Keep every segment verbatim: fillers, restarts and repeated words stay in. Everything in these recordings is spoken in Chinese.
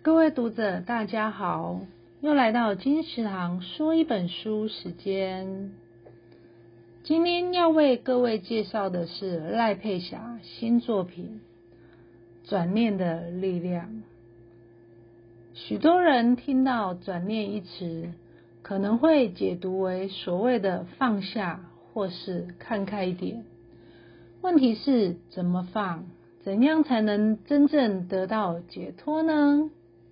各位读者大家好，又来到金石堂说一本书时间。今天要为各位介绍的是赖佩霞新作品《转念的力量》。许多人听到转念一词，可能会解读为所谓的放下或是看开一点。问题是怎么放？怎样才能真正得到解脱呢？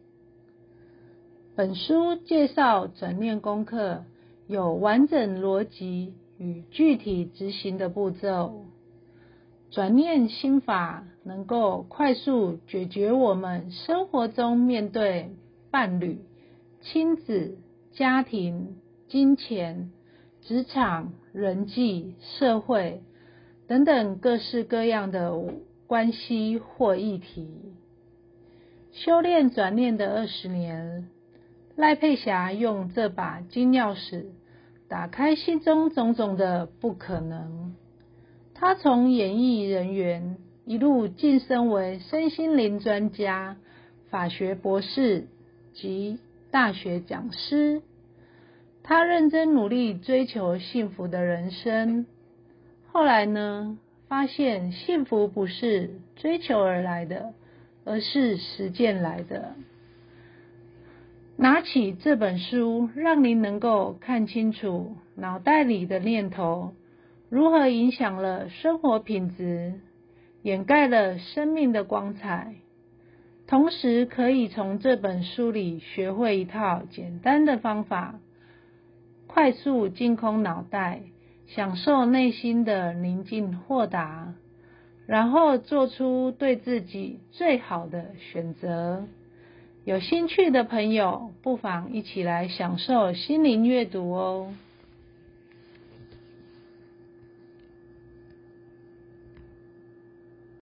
本书介绍转念功课有完整逻辑与具体执行的步骤。转念心法能够快速解决我们生活中面对伴侣、亲子、家庭、金钱、职场、人际、社会等等各式各样的关系或议题。修炼转念的二十年，赖佩霞用这把金钥匙打开心中种种的不可能。她从演艺人员一路晋升为身心灵专家、法学博士及大学讲师。她认真努力追求幸福的人生。后来呢，发现幸福不是追求而来的，而是实践来的。拿起这本书，让您能够看清楚脑袋里的念头如何影响了生活品质，掩盖了生命的光彩。同时可以从这本书里学会一套简单的方法，快速净空脑袋，享受内心的宁静豁达，然后做出对自己最好的选择。有兴趣的朋友不妨一起来享受心灵阅读哦。